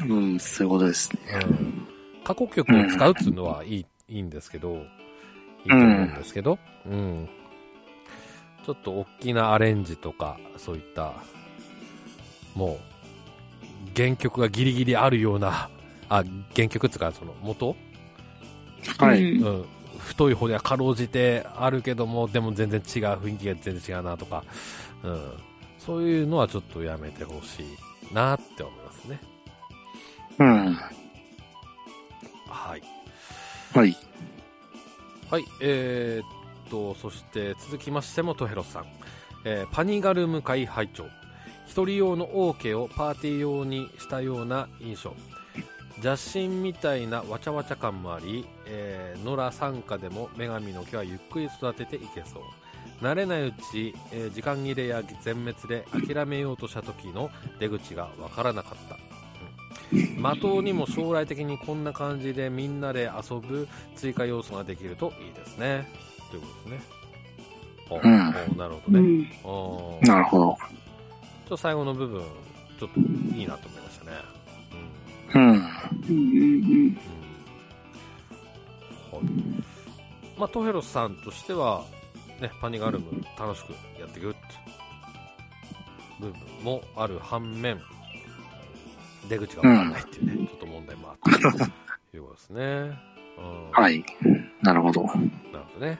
うん、そういうことですね。 うん、過去曲を使うっていうのはいい、うん、いいんですけど、いいと思うんですけど、うん、うん、ちょっと大きなアレンジとかそういったもう原曲がギリギリあるような、あ、原曲っていうかその元、 はい、 うん、太い方ではかろうじてあるけども、でも全然違う、雰囲気が全然違うなとか、うん、そういうのはちょっとやめてほしいなって思いますね。 うん。 はい。 はい。 はい、えー、っと、そして続きましてもトヘロさん、えー、パニガルム会会長。一人用のオーケーをパーティー用にしたような印象。邪神みたいなわちゃわちゃ感もあり、えー、野良参加でも女神の木はゆっくり育てていけそう。慣れないうち、えー、時間切れや全滅で諦めようとした時の出口がわからなかった。うん、的にも将来的にこんな感じでみんなで遊ぶ追加要素ができるといいですね。ということですね。お、 うん、 お、なるほどね。うん、お、 なるほど。 ちょっと最後の部分、ちょっといいなと思いましたね。 うん。うんうんうん。 まあ、トヘロスさんとしては、ね、パニガルム楽しくやっていくって部分もある反面、出口が分かんないっていうね、うん、ちょっと問題もあったということですね。うん、 はい。なるほど。 なるほどね。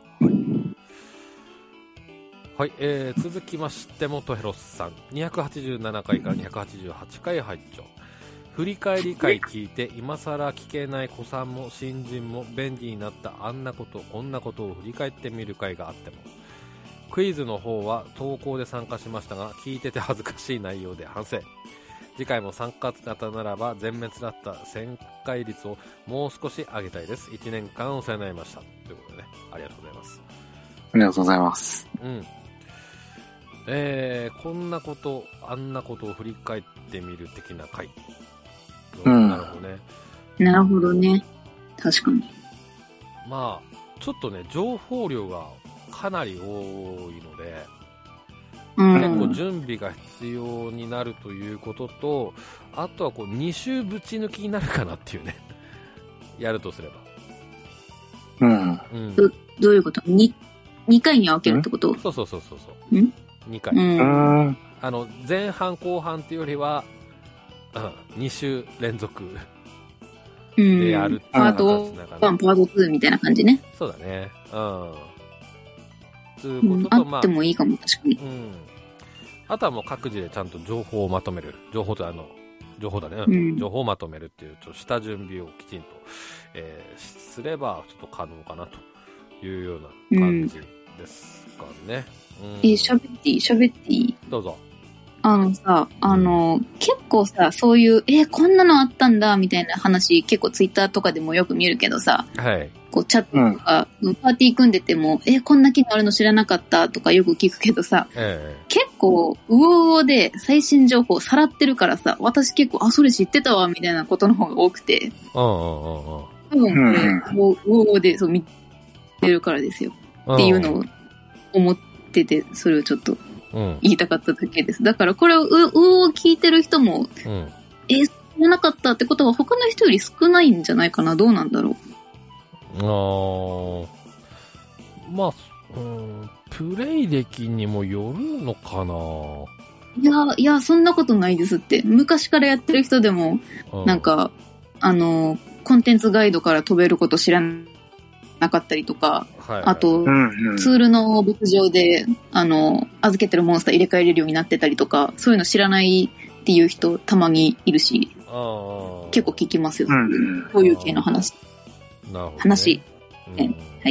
はい、えー、続きましてもトヘロスさん、にひゃくはちじゅうななかいからにひゃくはちじゅうはちかい拝聴。振り返り会聞いて今さら聞けない子さんも新人も便利になったあんなことこんなことを振り返ってみる会があっても、クイズの方は投稿で参加しましたが聞いてて恥ずかしい内容で反省。次回も参加型ならば全滅だった旋回率をもう少し上げたいです。いちねんかんお世話になりましたということでね、ありがとうございます。 ありがとうございます。 うん、えー、こんなことあんなことを振り返ってみる的な回。 うん、 なるほどね。 なるほどね。確かに。 まあちょっとね情報量がかなり多いので、うん、結構準備が必要になるということと、あとはこうに週ぶち抜きになるかなっていうねやるとすれば、 うん、 うん、ど, どういうこと 2, 2回に分けるってこと？ そうそうそうそうそう、 んにかい、うん、あの前半後半っていうよりは、うん、に週連続でやるっていうパートいち、パートにみたいな感じね。 そうだね。うんということと、 うん、あってもいいかも、確かに。 うん。あとはもう各自でちゃんと情報をまとめる。情報とあの、情報だね。うん、情報をまとめるっていう、ちょっと下準備をきちんと、えー、すれば、ちょっと可能かなというような感じですかね。うん、 えー、喋っていい？喋っていい？ どうぞ。 あのさ、あの、結構さ、そういう、えー、こんなのあったんだ、みたいな話、結構ツイッターとかでもよく見るけどさ、 はい。 こう、チャットとか、うん、パーティー組んでても、えー、こんな機能あるの知らなかったとかよく聞くけどさ、 ええ、 結構、うおうおで最新情報をさらってるからさ、私結構、あ、それ知ってたわ、みたいなことの方が多くて、 うんうんうんうん。 多分これ、うおうおでそう見てるからですよ。っていうのを思ってて、それをちょっと、言いたかっただけです。だからこれをう、うを聞いてる人も、うん、え、知らなかったってことは他の人より少ないんじゃないかな。どうなんだろう。 ああ、まあ、うん、プレイ歴にもよるのかな。 いや、いや、そんなことないですって。昔からやってる人でも、うん、なんか、あの、コンテンツガイドから飛べること知らないなかったりとか、はいはい、あと、うんうん、ツールの牧場で、あの、預けてるモンスター入れ替えれるようになってたりとか、そういうの知らないっていう人たまにいるし、あ結構聞きますよ。うんうん、こういう系の話。 なるほど、ね、 話、うん。はい。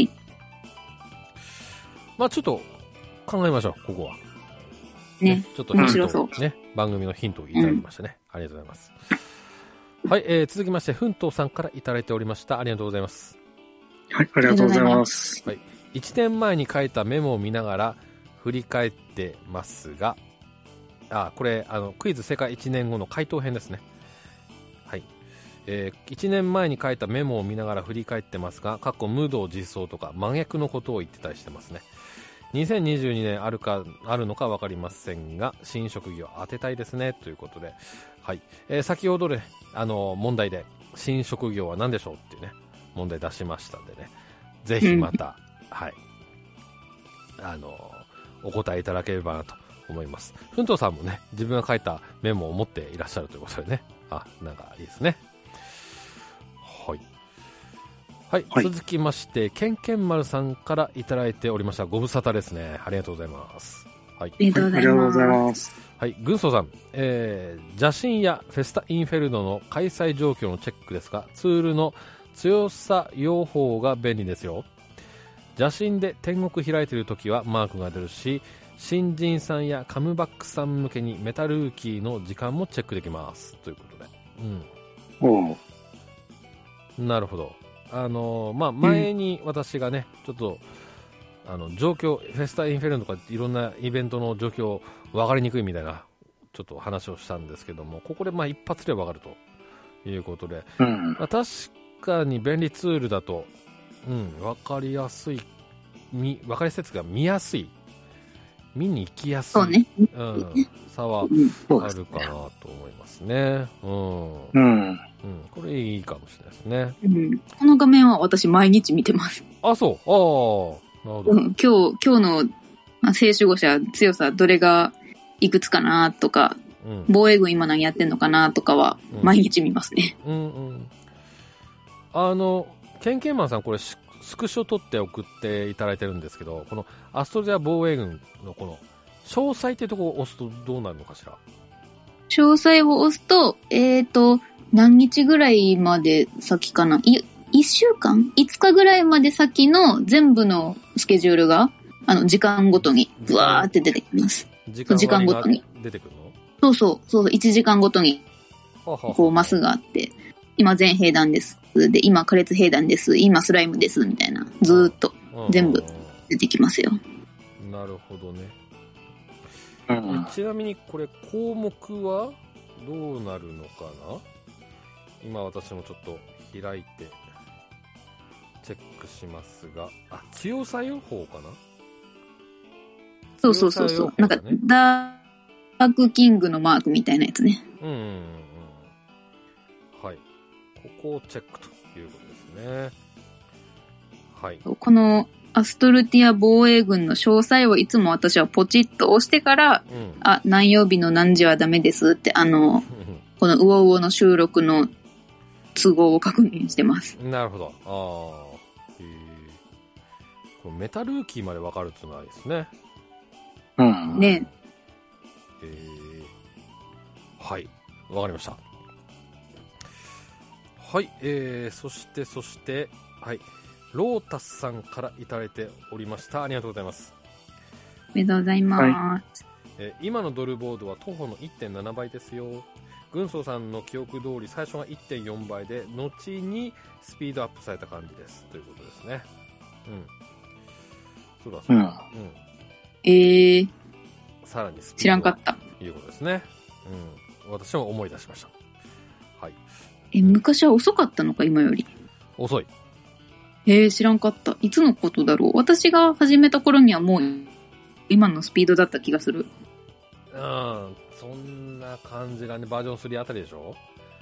まあちょっと考えましょう、ここは。 ね。 ねちょっと面白そう。ね、番組のヒントをいただきましたね。うん、ありがとうございます。はい、えー、続きまして、奮闘さんからいただいておりました。ありがとうございます。 はい、ありがとうございます。 はい、いちねんまえに書いたメモを見ながら振り返ってますが、あ、これあのクイズ世界いちねんごの回答編ですね。はい、えー、いちねんまえに書いたメモを見ながら振り返ってますが、過去無道実装とか真逆のことを言ってたりしてますね。にせんにじゅうにねんあるかあるのか分かりませんが、新職業当てたいですねということで、はい、えー、先ほどであの問題で新職業は何でしょうっていうね問題出しましたんでね、ぜひまた、うん、はい、あのお答えいただければなと思います。ふんとうさんもね、自分が書いたメモを持っていらっしゃるということでね、あ、なんかいいですね。はい。はい、はい、続きまして、けんけんまるさんからいただいておりましたご無沙汰ですね。ありがとうございます。はい。 ありがとうございます。 はい、軍曹さん、えー、邪神やフェスタインフェルノの開催状況のチェックですが、ツールの強さ用法が便利ですよ。邪神で天国開いているときはマークが出るし、新人さんやカムバックさん向けにメタルーキーの時間もチェックできますということで、 うん、おなるほど。あのー、まあ前に私がね、うん、ちょっとあの状況フェスタインフェルノとかいろんなイベントの状況分かりにくいみたいなちょっと話をしたんですけども、ここでまあ一発で分かるということで、うん、まあ、確かに便利ツールだと、うん、分かりやすい、み分かりやすいが見やすい見に行きやすい。 そうね。 うん。差はうんあるかなと思いますね。うん。 うん。 うん。これいいかもしれないですね。 うん。この画面は私毎日見てます。 あ、そう。ああ、なるほど。 うん、今日、今日のまあ聖守護者強さどれがいくつかなとか、うん、防衛軍今何やってんのかなとかは毎日見ますね。 うん、うんうん。あの、ケンケンマンさんこれスクショ撮って送っていただいてるんですけど、このアストリア防衛軍のこの詳細っていうところを押すとどうなるのかしら。 詳細を押すと、えっと、何日ぐらいまで先かな。い一週間 ?いつかぐらいまで先の全部のスケジュールが、あの、時間ごとに、ブワーって出てきます。時間, 時間ごとに。 出てくるの？ そうそう、そうそう、いちじかんごとに、こう、マスがあって、今全兵団です。で、今苛烈兵団です。今スライムです。みたいな。ずーっと、全部出てきますよ。 なるほどね。 うん、 ちなみにこれ項目はどうなるのかな。今私もちょっと開いてチェックしますが、あ、強さ予報かな。 そうそうそうそう、ね、なんかダークキングのマークみたいなやつね。 うんうんうん、はい、ここをチェックということですね。はい、 このアストルティア防衛軍の詳細をいつも私はポチッと押してから、うん、あ、何曜日の何時はダメですって、あの、このウオウオの収録の都合を確認してます。 なるほど。ああ、へえ。これメタルーキーまで分かるっていうのはないですね。 うん。 ねえ。はい、わかりました。はい、えー、そしてそしてはい。ロータスさんからいただいておりました。ありがとうございます。 ありがとうございます。はい、 えー、今のドルボードは徒歩の いってんなな 倍ですよ。軍曹さんの記憶通り最初が いってんよん 倍で後にスピードアップされた感じですということですね。うん。そうだそうだ。うん。うん、 えー。 さらにスピード知らんかった。 ということですね。うん。私も思い出しました。はい。 え、昔は遅かったのか今より。 遅い。 えー、知らんかった。いつのことだろう。私が始めた頃にはもう今のスピードだった気がする。 うん、そんな感じがね、バージョンスリーあたりでしょ。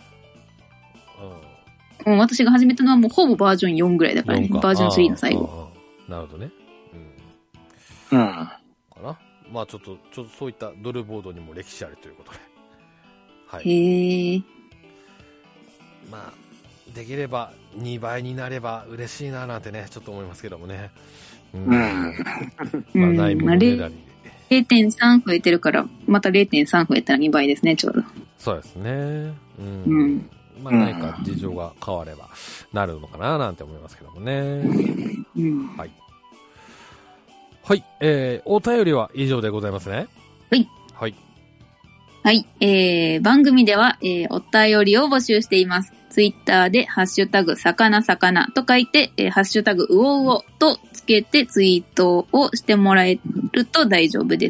うん。もう私が始めたのはもうほぼバージョンよんぐらいだからね。バージョンスリーの最後。 なるほどね。 うん。うん。 かな。まあちょっと、ちょっとそういったドルボードにも歴史ありということで。はい。 へー。 まあ、できればにばいになれば嬉しいななんてね、ちょっと思いますけどもね。うん。うん、まあ、ないものねだり。 れいてんさん 増えてるから、また れいてんさん 増えたらにばいですね、ちょうど。 そうですね。うん。 うん、 まあ、何か事情が変わればなるのかななんて思いますけどもね。 うん、 はい。はい。えー、お便りは以上でございますね。 はい。 はい。 はい。えー、番組では、えー、お便りを募集しています。ツイッターで、ハッシュタグ、さかなさかなと書いて、えー、ハッシュタグ、うおうおとつけてツイートをしてもらえると大丈夫です。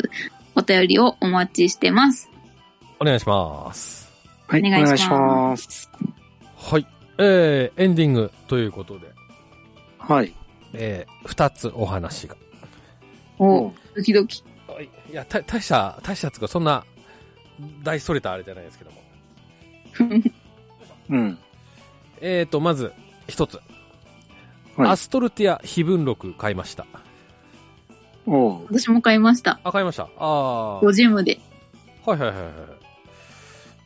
お便りをお待ちしてます。 お願いします。 はい。お願いします。 はい。えー、エンディングということで。 はい。 えー、二つお話が。 お、ドキドキ。 いや、た、大した、大したつか、そんな、大それたあれじゃないですけども。 うん。 えーと、まず、一つ。はい、アストルティア非分録買いました。 おう。 私も買いました。 あ、買いました。ああ。 ごジムで。 はいはいはいはい。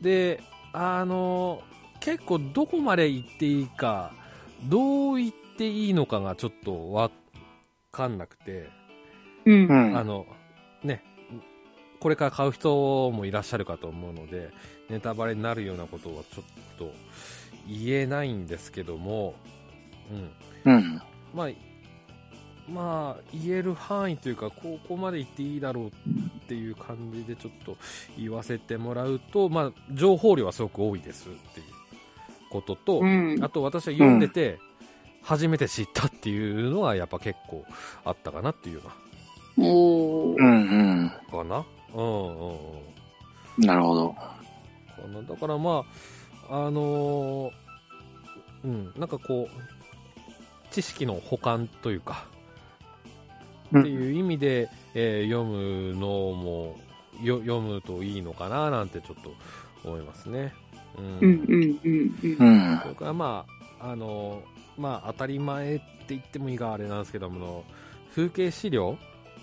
で、あの、結構どこまで行っていいか、どう言っていいのかがちょっとわかんなくて。 うん。 あの、ね、これから買う人もいらっしゃるかと思うので、ネタバレになるようなことはちょっと言えないんですけども、 うん。うん。 まあ、まあ、言える範囲というか、ここまで言っていいだろうっていう感じでちょっと言わせてもらうと、まあ、情報量はすごく多いですっていうことと、 うん、 あと私は読んでて、初めて知ったっていうのはやっぱ結構あったかなっていうような。おー。 うんうん。 かな。うんうんうん。なるほど。 だからまあ、あのー、うん、なんかこう、知識の補完というか、 っていう意味で、えー、読むのもよ読むといいのかななんてちょっと思いますね。 うんうんうんうん。 それからまああのまあ当たり前って言ってもいいがあれなんですけども、風景資料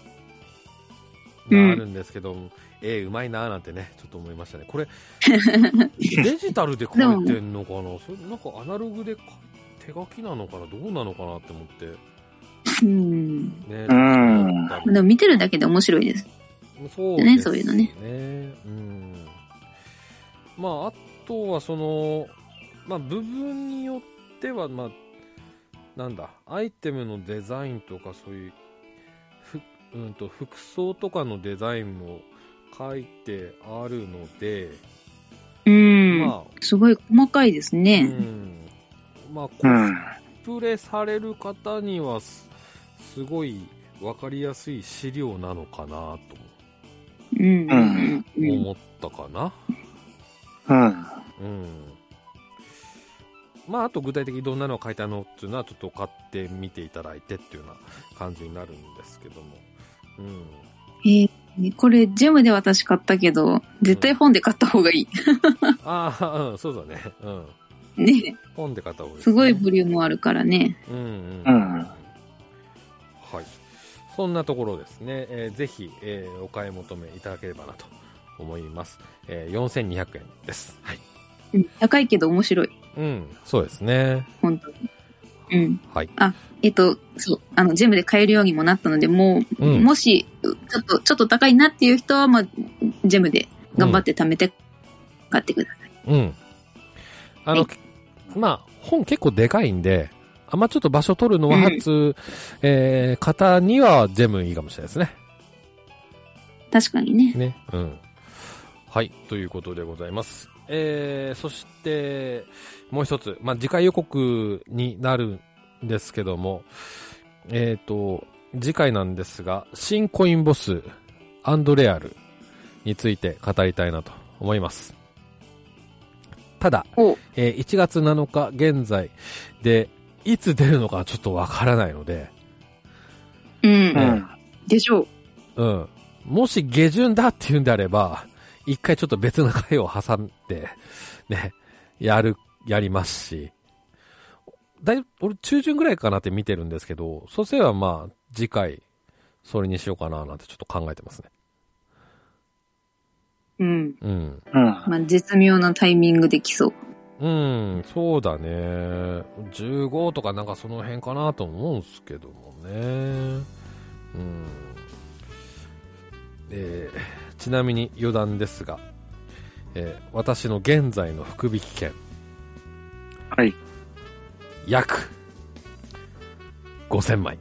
があるんですけども、うん、えー、うまいなーなんてねちょっと思いましたね。これデジタルで書いてんのかな、それなんかアナログで手書きなのかな、どうなのかなって思って。 うん。 ね、 うん。 でも見てるだけで面白いです。 そうですね。 そういうのね。 うん。まああとはそのまあ部分によってはまあなんだアイテムのデザインとかそういうふ、うんと服装とかのデザインも書いてあるので、 うん。まあすごい細かいですね。 うん。まあコスプレされる方にはすごいわかりやすい資料なのかなと思ったかな。 うん。うん。 まああと具体的にどんなのが書いてあるのっていうのはちょっと買ってみていただいてっていうような感じになるんですけども。うん。 えー、これジェムで私買ったけど絶対本で買った方がいい。 うん、ああ、うん、そうだね。うん。 ね。 本で買った方がいいですね。 すごいボリュームあるからね。 うんうん。 うん。 はい。そんなところですね。えー、ぜひ、えー、お買い求めいただければなと思います。えー、よんせんにひゃくえんです。はい。 うん、高いけど面白い。 うん、そうですね。 本当に。うん。 はい。 あ、えっと、そう、あの、ジェムで買えるようにもなったので、もう、うん、もし、ちょっと、ちょっと高いなっていう人は、まあ、ジェムで頑張って貯めて買ってください。 うん。うん、あの、はい、まあ、本結構でかいんで、あんまちょっと場所取るのは初、うん、えー、方にはジェムいいかもしれないですね。 確かにね。 ね。うん。はい。ということでございます。えー、そして、もう一つ、まあ、次回予告になるんですけども、えっと、次回なんですが、新コインボス、アンドレアルについて語りたいなと思います。ただ、えー、いちがつなのか現在で、いつ出るのかちょっとわからないので、 うん。うん、でしょう。うん。もし下旬だっていうんであれば、一回ちょっと別の回を挟んで、ね、やる、やりますし、だい俺中旬ぐらいかなって見てるんですけど、そうすればまあ、次回、それにしようかななんてちょっと考えてますね。 うん。 うん。 まあ、絶妙なタイミングできそう。 うん、そうだね。じゅうごとかなんかその辺かなと思うんすけどもね。うん。えー、ちなみに余談ですが、えー、私の現在の福引券。 はい。 約ごせんまい。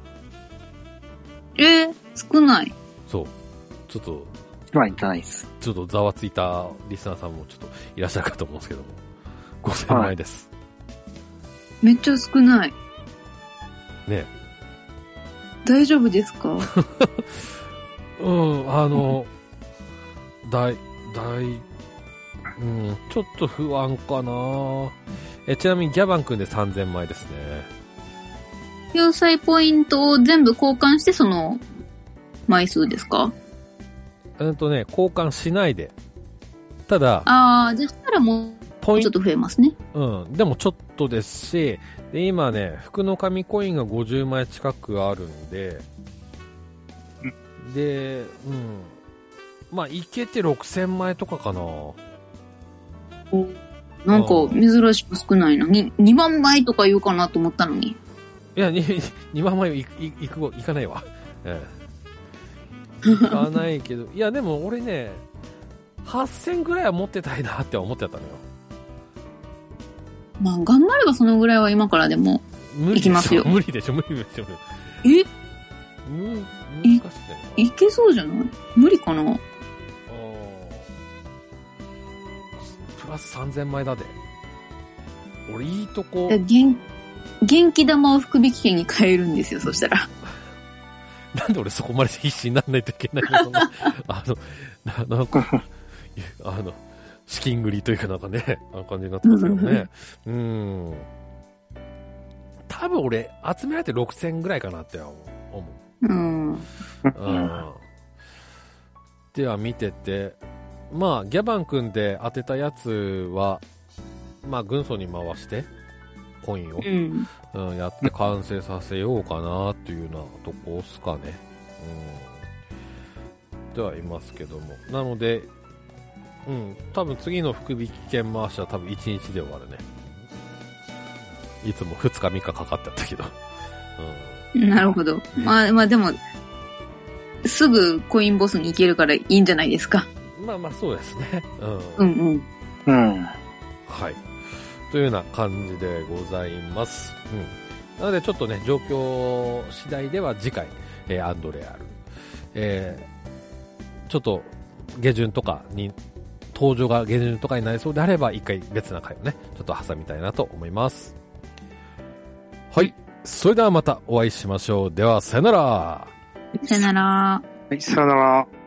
えー、少ない。 そう。ちょっと、 まあ、いたないです。 ちょっとざわついたリスナーさんもちょっといらっしゃるかと思うんですけども。ごせんまいです。はい、めっちゃ少ない。 ねえ。 大丈夫ですか？ うん、あの、だい、だい、うん、ちょっと不安かな。え、ちなみにギャバン君でさんぜんまいですね。 救済ポイントを全部交換してその枚数ですか？ うんとね、交換しないで。ただ、 ああ、じゃしたらもう、ちょっと増えますね。 うん。でもちょっとですし、で、今ね、福の神コインがごじゅうまい近くあるんで、で、うん。まあ、いけてろくせんまいとかかな。 なんか、珍しく少ないな。に、にまんまいとか言うかなと思ったのに。 いや、に、にまんまいいく、いく、いかないわ。ええ。いかないけど、いや、でも俺ね、はっせんぐらいは持ってたいなって思ってたのよ。 まあ、頑張ればそのぐらいは今からでも、いきますよ。 無理でしょ、無理でしょ。 えむ、難しい、いけそうじゃない？無理かな？ああ。 プラスさんぜんまいだで。俺いいとこ。 元、元気玉を福引券に変えるんですよ、そしたら。 なんで俺そこまで必死にならないといけないのあの、な、なんか、あの、資金繰りというかなんかね、あの感じになってますけどね。うん。多分俺、集められてろくせんぐらいかなって思う。 うん。 うん。では見てて、まあ、ギャバン組んで当てたやつは、まあ、軍曹に回して、コインを、 うんうん、やって完成させようかなっていうようなとこっすかね。うん。ではいますけども。なので、うん、多分次の福引券回しは多分いちにちで終わるね。いつもふつかみっかかかってたけど。 うん、なるほど。まあ、まあでも、すぐコインボスに行けるからいいんじゃないですか。 まあまあそうですね。 うん。うんうん。 うん。 はい。というような感じでございます。うん。なのでちょっとね、状況次第では次回、えー、アンドレアル。えー、ちょっと下旬とかに、登場が下旬とかになりそうであれば、一回別な回をね、ちょっと挟みたいなと思います。はい。それではまたお会いしましょう。では、さよなら。 さよなら。 はい、さよなら。